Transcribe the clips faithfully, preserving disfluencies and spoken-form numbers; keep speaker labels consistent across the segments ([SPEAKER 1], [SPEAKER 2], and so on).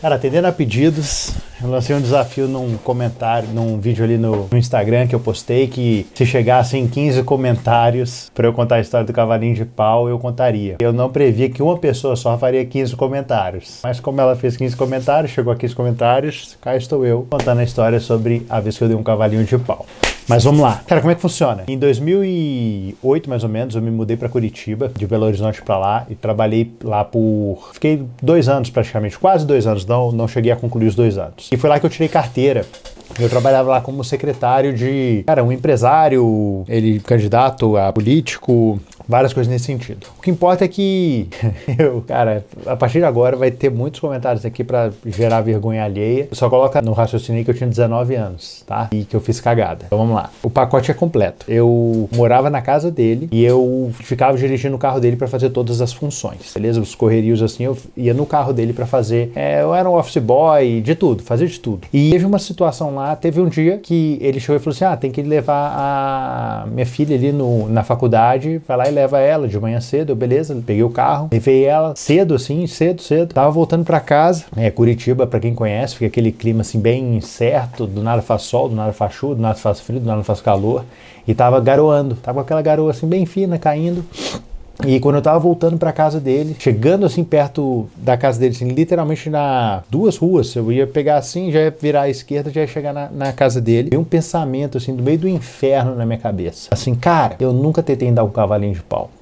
[SPEAKER 1] Cara, atendendo a pedidos, eu lancei um desafio num comentário, num vídeo ali no, no Instagram que eu postei, que se chegasse em quinze comentários pra eu contar a história do cavalinho de pau, eu contaria. Eu não previa que uma pessoa só faria quinze comentários. Mas como ela fez quinze comentários, chegou a quinze comentários, cá estou eu contando a história sobre a vez que eu dei um cavalinho de pau. Mas vamos lá. Cara, como é que funciona? Em dois mil e oito, mais ou menos, eu me mudei pra Curitiba, de Belo Horizonte pra lá, e trabalhei lá por... Fiquei dois anos praticamente, quase dois anos, não, não cheguei a concluir os dois anos. E foi lá que eu tirei carteira. Eu trabalhava lá como secretário de, cara, um empresário, ele candidato a político, várias coisas nesse sentido. O que importa é que eu, cara, a partir de agora vai ter muitos comentários aqui pra gerar vergonha alheia. Só coloca no raciocínio que eu tinha dezenove anos, tá? E que eu fiz cagada. Então vamos lá. O pacote é completo. Eu morava na casa dele e eu ficava dirigindo o carro dele pra fazer todas as funções, beleza? Os correrios assim, eu ia no carro dele pra fazer, é, eu era um office boy, de tudo, fazia de tudo. E teve uma situação lá, teve um dia que ele chegou e falou assim, ah, tem que levar a minha filha ali no, na faculdade, vai lá e leva ela de manhã cedo, eu, beleza, peguei o carro, levei ela cedo assim, cedo, cedo, tava voltando pra casa, é, Curitiba, pra quem conhece, fica aquele clima assim bem incerto, do nada faz sol, do nada faz chuva, do nada faz frio, do nada faz calor, e tava garoando, tava com aquela garoa assim bem fina, caindo. E quando eu tava voltando pra casa dele, chegando assim perto da casa dele, assim, literalmente na duas ruas, eu ia pegar assim, já ia virar à esquerda, já ia chegar na, na casa dele. Veio um pensamento assim, do meio do inferno na minha cabeça. Assim, cara, eu nunca tentei dar um cavalinho de pau.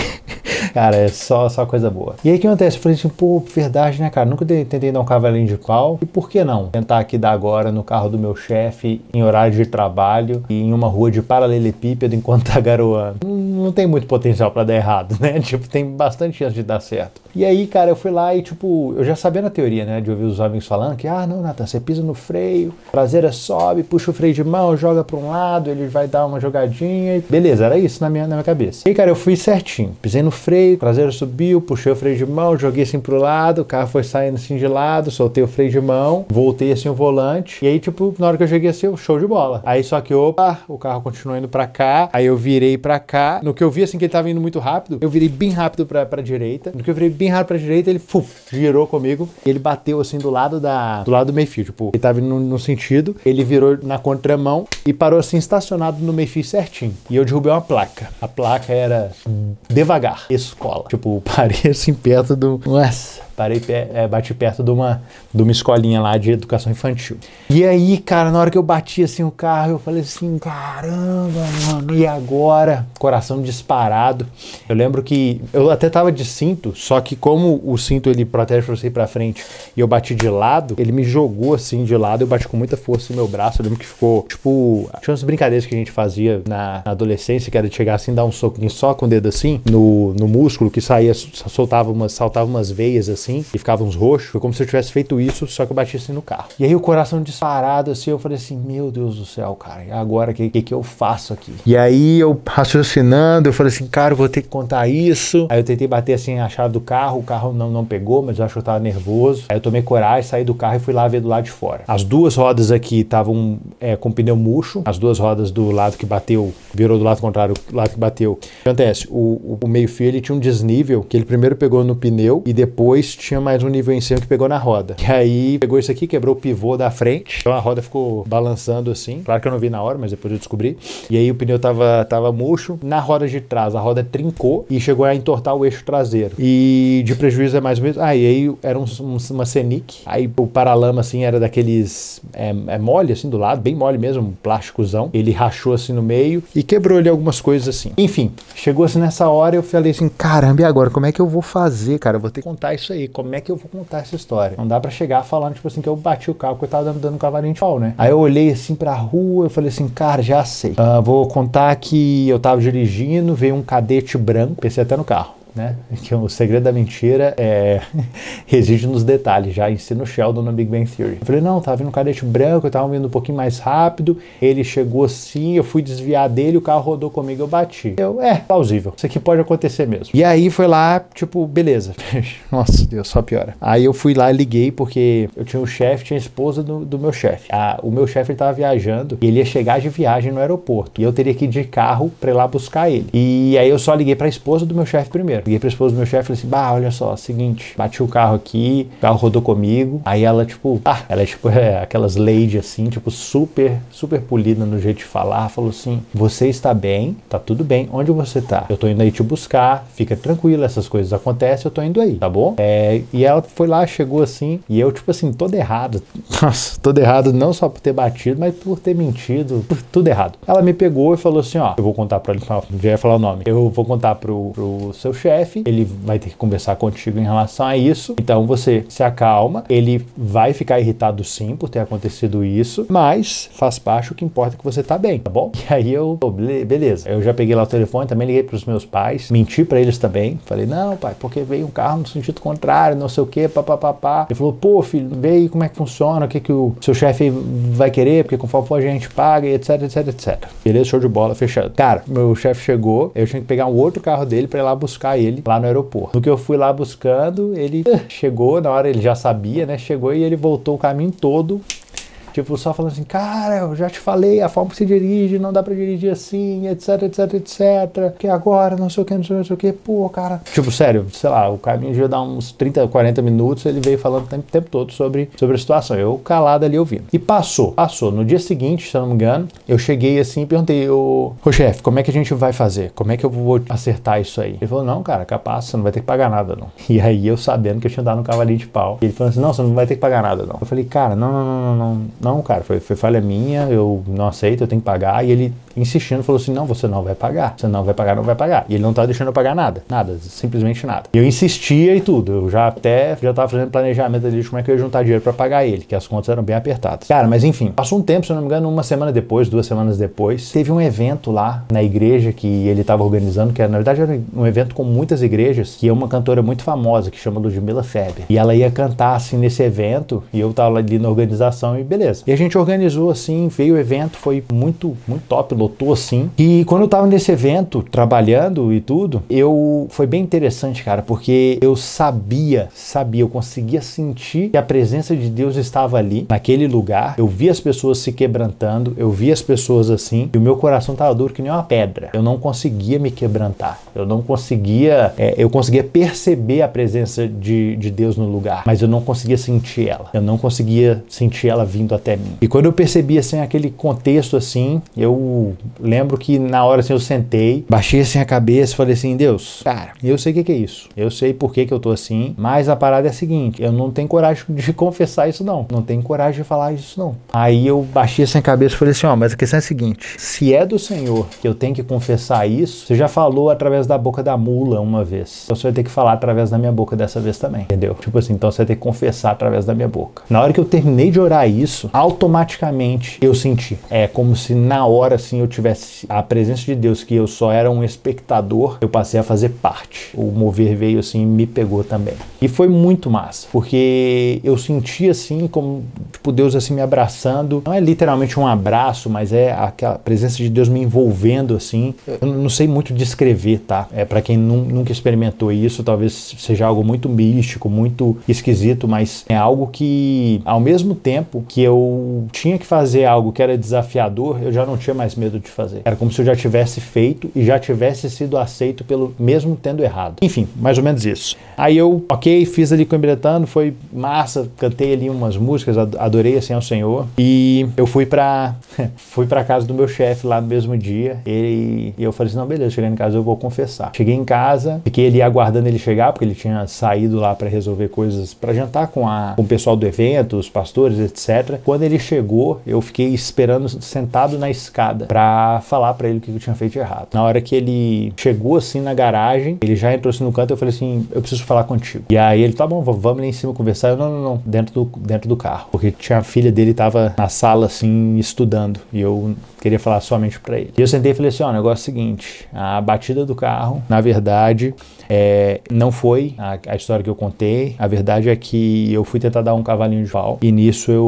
[SPEAKER 1] Cara, é só, só coisa boa. E aí o que acontece? Eu falei assim, pô, verdade, né, cara? Nunca tentei dar um cavalinho de pau. E por que não tentar aqui dar agora no carro do meu chefe, em horário de trabalho, e em uma rua de paralelepípedo enquanto tá garoando? Não, não tem muito potencial pra dar errado, né? Tipo, tem bastante chance de dar certo. E aí, cara, eu fui lá e, tipo, eu já sabia na teoria, né, de ouvir os amigos falando que, ah, não, Nathan, você pisa no freio, traseira sobe, puxa o freio de mão, joga pra um lado, ele vai dar uma jogadinha. E... beleza, era isso na minha, na minha cabeça. E aí, cara, eu fui certinho. Pisei no freio, traseiro subiu, puxei o freio de mão, joguei assim pro lado, o carro foi saindo assim de lado, soltei o freio de mão, voltei assim o volante, e aí, tipo, na hora que eu cheguei assim, show de bola. Aí só que, opa, o carro continuou indo pra cá, aí eu virei pra cá, no que eu vi assim que ele tava indo muito rápido, eu virei bem rápido pra, pra direita, no que eu virei bem rápido pra direita, ele fuf, girou comigo, e ele bateu assim do lado da, do lado do meio-fio, tipo, ele tava indo no, no sentido, ele virou na contramão e parou assim estacionado no meio-fio certinho, e eu derrubei uma placa. A placa era devagar, escola. Tipo, parei assim perto do... Nossa, parei, é, bati perto de uma, de uma escolinha lá de educação infantil. E aí, cara, na hora que eu bati assim o carro, eu falei assim, caramba, mano, e agora? Coração disparado. Eu lembro que eu até tava de cinto, só que como o cinto ele protege pra você ir pra frente e eu bati de lado, ele me jogou assim de lado, eu bati com muita força no meu braço. Eu lembro que ficou, tipo, tinha umas brincadeiras que a gente fazia na, na adolescência, que era de chegar assim, dar um soquinho só com o dedo assim, no, no músculo, que saía, soltava umas, saltava umas veias assim, assim, e ficava uns roxos. Foi como se eu tivesse feito isso, só que eu bati assim no carro. E aí o coração disparado assim, eu falei assim, meu Deus do céu, cara, e agora o que, que que eu faço aqui? E aí eu raciocinando, eu falei assim, cara, eu vou ter que contar isso. Aí eu tentei bater assim a chave do carro, o carro não, não pegou, mas eu acho que eu tava nervoso. Aí eu tomei coragem, saí do carro e fui lá ver do lado de fora. As duas rodas aqui estavam é, com pneu murcho, as duas rodas do lado que bateu, virou do lado contrário, do lado que bateu. O que acontece? O, o, o meio-fio ele tinha um desnível, que ele primeiro pegou no pneu e depois tinha mais um nível em cima que pegou na roda. E aí pegou isso aqui, quebrou o pivô da frente. Então a roda ficou balançando assim. Claro que eu não vi na hora, mas depois eu descobri. E aí o pneu tava, tava murcho. Na roda de trás, a roda trincou e chegou a entortar o eixo traseiro. E de prejuízo é mais ou menos... Ah, e aí era um, um, uma Scenic. Aí o paralama assim era daqueles... É, é mole assim do lado, bem mole mesmo, um plásticozão. Ele rachou assim no meio e quebrou ali algumas coisas assim. Enfim, chegou assim nessa hora eu falei assim, caramba, e agora? Como é que eu vou fazer, cara? Eu vou ter que contar isso aí. Como é que eu vou contar essa história? Não dá pra chegar falando, tipo assim, que eu bati o carro, que eu tava dando, dando um cavalinho de pau, né? Aí eu olhei assim pra rua, eu falei assim, cara, já sei. Uh, vou contar que eu tava dirigindo, veio um cadete branco, pensei até no carro, né? Que o segredo da mentira é reside nos detalhes, já ensino Sheldon no Big Bang Theory. Eu falei, não, tava vindo um cadete branco, eu tava vindo um pouquinho mais rápido, ele chegou assim, eu fui desviar dele, o carro rodou comigo, eu bati. Eu, é, plausível, isso aqui pode acontecer mesmo. E aí foi lá, tipo, beleza. Nossa, Deus, só piora. Aí eu fui lá e liguei, porque eu tinha o chefe, tinha a esposa do, do meu chefe. O meu chefe, ele tava viajando, e ele ia chegar de viagem no aeroporto, e eu teria que ir de carro pra ir lá buscar ele. E aí eu só liguei pra esposa do meu chefe primeiro. Liguei pra esposa do meu chefe e falei assim, bah, olha só, seguinte, bati o carro aqui, o carro rodou comigo. Aí ela, tipo, ah, ela é tipo, é, aquelas lady assim, tipo, super, super polida no jeito de falar. Falou assim, você está bem, tá tudo bem, onde você tá? Eu tô indo aí te buscar, fica tranquilo, essas coisas acontecem, eu tô indo aí, tá bom? É, e ela foi lá, chegou assim, e eu, tipo assim, todo errado. Nossa, todo errado, não só por ter batido, mas por ter mentido, por tudo errado. Ela me pegou e falou assim, ó, eu vou contar pra ele, já ia falar o nome, eu vou contar pro, pro seu chefe, ele vai ter que conversar contigo em relação a isso, então você se acalma, ele vai ficar irritado sim por ter acontecido isso, mas faz parte, o que importa é que você tá bem, tá bom? E aí eu, beleza, eu já peguei lá o telefone, também liguei pros meus pais, menti pra eles também, falei, não pai, porque veio um carro no sentido contrário, não sei o que, papapá. Ele falou, pô filho, veio, como é que funciona, o que que o seu chefe vai querer, porque conforme for a gente paga, etc, etc, etc. Beleza, show de bola, fechado. Cara, meu chefe chegou, eu tinha que pegar um outro carro dele pra ir lá buscar ele lá no aeroporto. No que eu fui lá buscando, ele chegou, na hora ele já sabia, né, chegou e ele voltou o caminho todo, tipo, só falando assim, cara, eu já te falei, a forma que se dirige, não dá pra dirigir assim, etc, etc, etc, que agora, não sei o que, não sei, não sei o que, pô, cara. Tipo, sério, sei lá, o caminho já dá uns trinta, quarenta minutos, ele veio falando o tempo, tempo todo sobre, sobre a situação, eu calado ali ouvindo. E passou, passou. No dia seguinte, se eu não me engano, eu cheguei assim e perguntei, ô, ô chefe, como é que a gente vai fazer? Como é que eu vou acertar isso aí? Ele falou, não, cara, capaz, você não vai ter que pagar nada, não. E aí eu sabendo que eu tinha dado um cavalinho de pau, ele falou assim, não, você não vai ter que pagar nada, não. Eu falei, cara, não, não, não, não, não. Não, cara, foi, foi falha minha, eu não aceito, eu tenho que pagar. E ele, insistindo, falou assim, não, você não vai pagar. Você não vai pagar, não vai pagar. E ele não tá deixando eu pagar nada. Nada, simplesmente nada. E eu insistia e tudo. Eu já até, já tava fazendo planejamento ali de como é que eu ia juntar dinheiro pra pagar ele, que as contas eram bem apertadas. Cara, mas enfim, passou um tempo, se eu não me engano, uma semana depois, duas semanas depois, teve um evento lá na igreja que ele tava organizando, que na verdade era um evento com muitas igrejas, que é uma cantora muito famosa, que chama Ludmilla Feber. E ela ia cantar, assim, nesse evento, e eu tava ali na organização e beleza. E a gente organizou assim, veio o evento, foi muito, muito top, lotou assim. E quando eu tava nesse evento, trabalhando e tudo, eu, foi bem interessante, cara, porque eu sabia, sabia, eu conseguia sentir que a presença de Deus estava ali, naquele lugar. Eu via as pessoas se quebrantando, eu via as pessoas assim, e o meu coração tava duro que nem uma pedra. Eu não conseguia me quebrantar, eu não conseguia, é, eu conseguia perceber a presença de, de Deus no lugar, mas eu não conseguia sentir ela, eu não conseguia sentir ela vindo até mim. E quando eu percebi, assim, aquele contexto, assim, eu lembro que na hora, assim, eu sentei, baixei, assim, a cabeça e falei assim, Deus, cara, eu sei o que que é isso, eu sei por que que eu tô assim, mas a parada é a seguinte, eu não tenho coragem de confessar isso, não, não tenho coragem de falar isso, não. Aí eu baixei, assim, a cabeça e falei assim, ó, mas a questão é a seguinte, se é do Senhor que eu tenho que confessar isso, você já falou através da boca da mula uma vez, então você vai ter que falar através da minha boca dessa vez também, entendeu? Tipo assim, então você vai ter que confessar através da minha boca. Na hora que eu terminei de orar isso, automaticamente eu senti. É como se na hora, assim, eu tivesse a presença de Deus, que eu só era um espectador, eu passei a fazer parte. O mover veio, assim, e me pegou também. E foi muito massa, porque eu senti, assim, como, tipo, Deus, assim, me abraçando. Não é literalmente um abraço, mas é aquela presença de Deus me envolvendo, assim. Eu não sei muito descrever, tá? É, pra quem nunca experimentou isso, talvez seja algo muito místico, muito esquisito, mas é algo que, ao mesmo tempo que eu tinha que fazer algo que era desafiador, eu já não tinha mais medo de fazer. Era como se eu já tivesse feito e já tivesse sido aceito pelo mesmo tendo errado. Enfim, mais ou menos isso. Aí eu, ok, fiz ali com o Embretando, foi massa, cantei ali umas músicas, adorei assim ao Senhor. E eu fui pra, fui pra casa do meu chefe lá no mesmo dia. Ele, e eu falei assim, não, beleza, chegando em casa eu vou confessar. Cheguei em casa, fiquei ali aguardando ele chegar, porque ele tinha saído lá pra resolver coisas, pra jantar com, a, com o pessoal do evento, os pastores, etcétera. Quando ele chegou, eu fiquei esperando sentado na escada pra falar pra ele o que eu tinha feito de errado. Na hora que ele chegou assim na garagem, ele já entrou assim no canto, eu falei assim, eu preciso falar contigo. E aí ele, tá bom, vamos lá em cima conversar. Eu, não, não, não, dentro do, dentro do carro. Porque tinha a filha dele, tava na sala assim, estudando. E eu queria falar somente pra ele. E eu sentei e falei assim, ó, o negócio é o seguinte, a batida do carro, na verdade, é, não foi a, a história que eu contei. A verdade é que eu fui tentar dar um cavalinho de pau e nisso eu perdi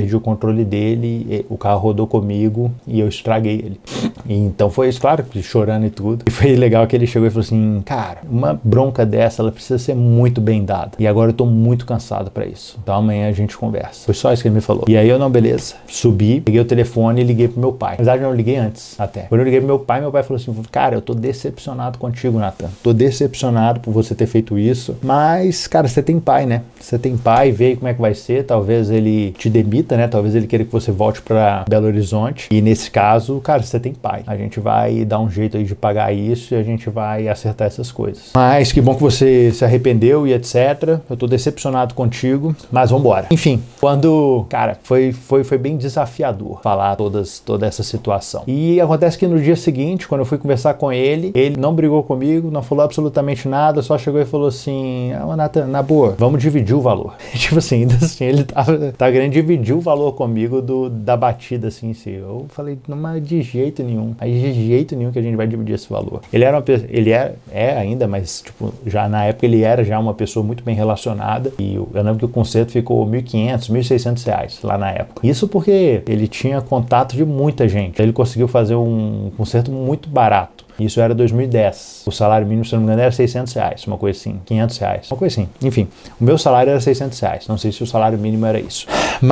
[SPEAKER 1] perdi o controle dele, o carro rodou comigo e eu estraguei ele. E então foi isso, claro, chorando e tudo. E foi legal que ele chegou e falou assim, cara, uma bronca dessa, ela precisa ser muito bem dada. E agora eu tô muito cansado pra isso. Então amanhã a gente conversa. Foi só isso que ele me falou. E aí eu, não, beleza. Subi, peguei o telefone e liguei pro meu pai. Na verdade, eu não liguei antes, até. Quando eu liguei pro meu pai, meu pai falou assim, cara, eu tô decepcionado contigo, Nathan. Tô decepcionado por você ter feito isso. Mas, cara, você tem pai, né? Você tem pai, vê aí como é que vai ser. Talvez ele te demita, né? Talvez ele queira que você volte pra Belo Horizonte. E nesse caso, cara, você tem pai. A gente vai dar um jeito aí de pagar isso e a gente vai acertar essas coisas. Mas que bom que você se arrependeu e etcétera. Eu tô decepcionado contigo, mas vambora. Enfim, quando, cara, foi, foi, foi bem desafiador falar todas, toda essa situação. E acontece que no dia seguinte, quando eu fui conversar com ele, ele não brigou comigo, não falou absolutamente nada, só chegou e falou assim, ah, Nathan, na boa, vamos dividir o valor. Tipo assim, ainda assim, ele tava, tava querendo dividir o valor comigo do, da batida, assim, em si. Eu falei, não, mas de jeito nenhum, aí de jeito nenhum que a gente vai dividir esse valor. Ele era uma pessoa, ele é, é ainda, mas, tipo, já na época ele era já uma pessoa muito bem relacionada, e eu, eu lembro que o concerto ficou mil e quinhentos, mil e seiscentos reais lá na época. Isso porque ele tinha contato de muita gente. Ele conseguiu fazer um concerto muito barato. Isso era dois mil e dez. O salário mínimo, se não me engano, era seiscentos reais, uma coisa assim, quinhentos reais, uma coisa assim. Enfim, o meu salário era seiscentos reais. Não sei se o salário mínimo era isso.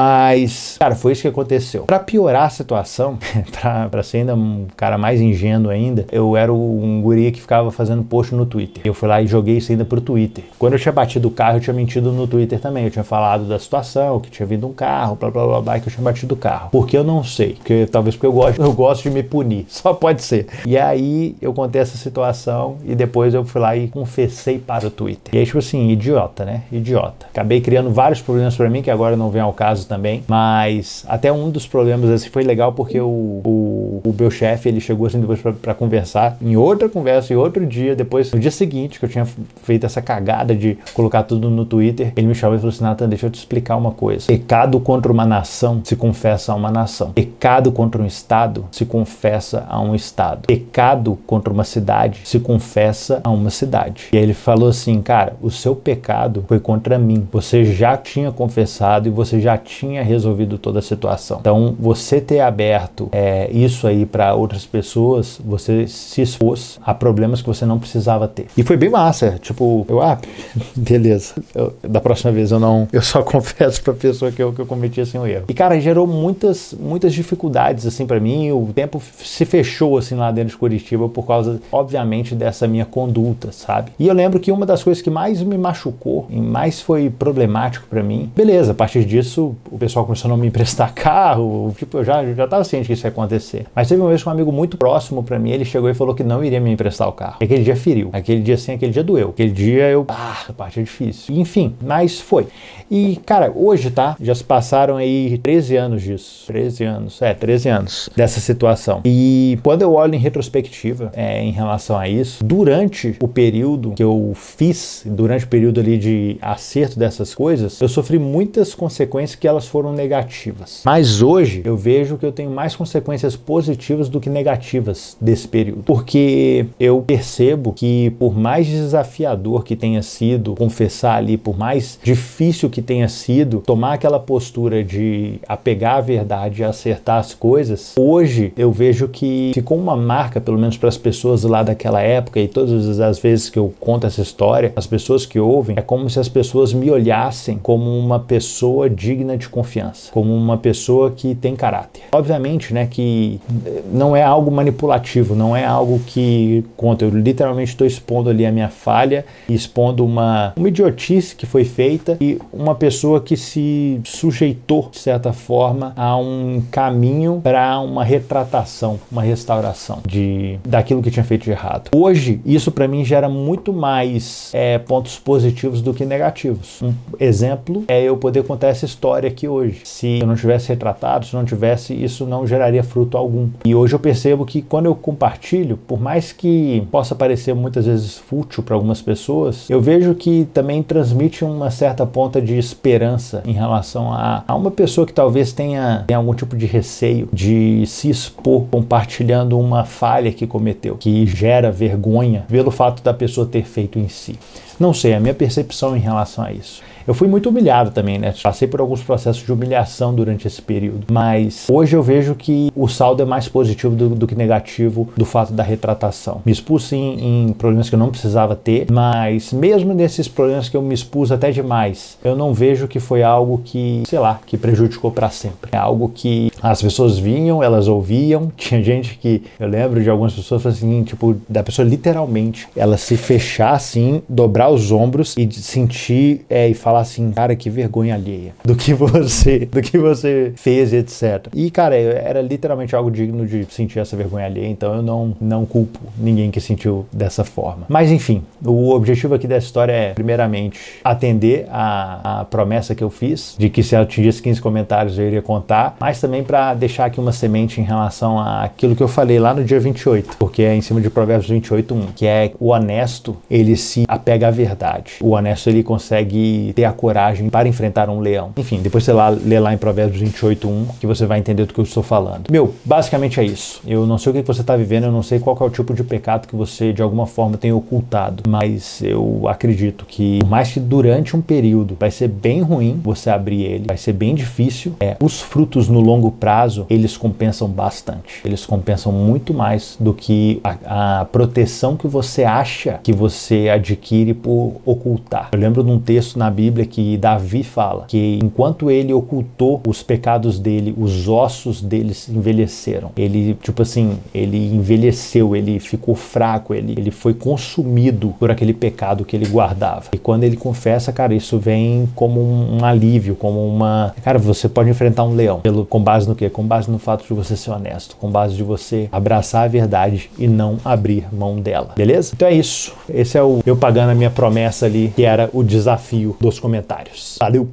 [SPEAKER 1] Mas, cara, foi isso que aconteceu. Pra piorar a situação, pra, pra ser ainda um cara mais ingênuo ainda, eu era um guri que ficava fazendo post no Twitter. Eu fui lá e joguei isso ainda pro Twitter. Quando eu tinha batido o carro, eu tinha mentido no Twitter também. Eu tinha falado da situação, que tinha vindo um carro, blá blá blá blá, que eu tinha batido o carro. Porque eu não sei. Porque, talvez porque eu gosto, eu gosto de me punir. Só pode ser. E aí, eu contei essa situação e depois eu fui lá e confessei para o Twitter. E aí, tipo assim, idiota, né? Idiota. Acabei criando vários problemas pra mim, que agora não vem ao caso também, mas até um dos problemas, assim, foi legal porque o, o, o meu chefe, ele chegou assim depois pra, pra conversar, em outra conversa, em outro dia, depois, no dia seguinte, que eu tinha feito essa cagada de colocar tudo no Twitter, ele me chamou e falou assim, Nathan, deixa eu te explicar uma coisa. Pecado contra uma nação se confessa a uma nação. Pecado contra um estado se confessa a um estado. Pecado contra uma cidade se confessa a uma cidade. E aí ele falou assim, cara, o seu pecado foi contra mim. Você já tinha confessado e você já tinha resolvido toda a situação. Então, você ter aberto é, isso aí para outras pessoas, você se expôs a problemas que você não precisava ter. E foi bem massa. Tipo, eu, ah, beleza. Eu, da próxima vez eu não, eu só confesso pra pessoa que eu, que eu cometi assim um erro. E, cara, gerou muitas, muitas dificuldades, assim, pra mim. O tempo se fechou, assim, lá dentro de Curitiba por causa, obviamente, dessa minha conduta, sabe? E eu lembro que uma das coisas que mais me machucou e mais foi problemático pra mim, beleza, a partir disso o pessoal começou a não me emprestar carro, tipo, eu já, já tava ciente que isso ia acontecer. Mas teve uma vez que um amigo muito próximo pra mim, ele chegou e falou que não iria me emprestar o carro. E aquele dia feriu, aquele dia sim, aquele dia doeu. Aquele dia eu, ah, a parte é difícil. Enfim, mas foi. E, cara, hoje, tá? Já se passaram aí treze anos disso. treze anos, é, treze anos dessa situação. E quando eu olho em retrospectiva, é, em relação a isso, durante o período que eu fiz, durante o período ali de acerto dessas coisas, eu sofri muitas consequências que elas foram negativas. Mas hoje eu vejo que eu tenho mais consequências positivas do que negativas desse período. Porque eu percebo que por mais desafiador que tenha sido confessar ali, por mais difícil que tenha sido tomar aquela postura de apegar a verdade e acertar as coisas, hoje eu vejo que ficou uma marca, pelo menos para as pessoas lá daquela época, e todas as vezes que eu conto essa história, as pessoas que ouvem, é como se as pessoas me olhassem como uma pessoa digna de confiança, como uma pessoa que tem caráter. Obviamente, né, que não é algo manipulativo, não é algo que conta, eu literalmente estou expondo ali a minha falha, expondo uma, uma idiotice que foi feita e uma pessoa que se sujeitou, de certa forma, a um caminho para uma retratação, uma restauração de, daquilo que tinha feito de errado. Hoje, isso para mim gera muito mais é, pontos positivos do que negativos. Um exemplo é eu poder contar essa história aqui hoje. Se eu não tivesse retratado, se não tivesse, isso não geraria fruto algum. E hoje eu percebo que quando eu compartilho, por mais que possa parecer muitas vezes fútil para algumas pessoas, eu vejo que também transmite uma certa ponta de esperança em relação a, a uma pessoa que talvez tenha, tenha algum tipo de receio de se expor compartilhando uma falha que cometeu, que gera vergonha pelo fato da pessoa ter feito em si. Não sei, a minha percepção em relação a isso. Eu fui muito humilhado também, né? Passei por alguns processos de humilhação durante esse período, mas hoje eu vejo que o saldo é mais positivo do, do que negativo do fato da retratação. Me expus em, em problemas que eu não precisava ter, mas mesmo nesses problemas que eu me expus até demais, eu não vejo que foi algo que, sei lá, que prejudicou para sempre. É algo que as pessoas vinham, elas ouviam, tinha gente que, eu lembro de algumas pessoas assim, tipo, da pessoa literalmente, ela se fechar assim, dobrar os ombros e sentir é, e falar assim, cara, que vergonha alheia do que você, do que você fez, etcétera. E, cara, era literalmente algo digno de sentir essa vergonha alheia, então eu não, não culpo ninguém que sentiu dessa forma. Mas, enfim, o objetivo aqui dessa história é, primeiramente, atender a, a promessa que eu fiz, de que se eu atingisse quinze comentários eu iria contar, mas também para deixar aqui uma semente em relação àquilo que eu falei lá no dia vinte e oito, porque é em cima de Provérbios vinte e oito, um, que é o honesto, ele se apega à verdade. O honesto, ele consegue ter a coragem para enfrentar um leão. Enfim, depois você lá, lê lá em Provérbios vinte e oito, um, que você vai entender do que eu estou falando. Meu, basicamente é isso. Eu não sei o que você está vivendo, eu não sei qual é o tipo de pecado que você, de alguma forma, tem ocultado, mas eu acredito que, por mais que durante um período vai ser bem ruim você abrir ele, vai ser bem difícil, é, os frutos no longo prazo, eles compensam bastante. Eles compensam muito mais do que a, a proteção que você acha que você adquire por ocultar. Eu lembro de um texto na Bíblia que Davi fala que enquanto ele ocultou os pecados dele, os ossos deles envelheceram. Ele, tipo assim, ele envelheceu, ele ficou fraco, ele, ele foi consumido por aquele pecado que ele guardava. E quando ele confessa, cara, isso vem como um, um alívio, como uma... Cara, você pode enfrentar um leão. Pelo, com base no quê? Com base no fato de você ser honesto, com base de você abraçar a verdade e não abrir mão dela. Beleza? Então é isso. Esse é o eu pagando a minha promessa ali, que era o desafio dos comentários. Valeu!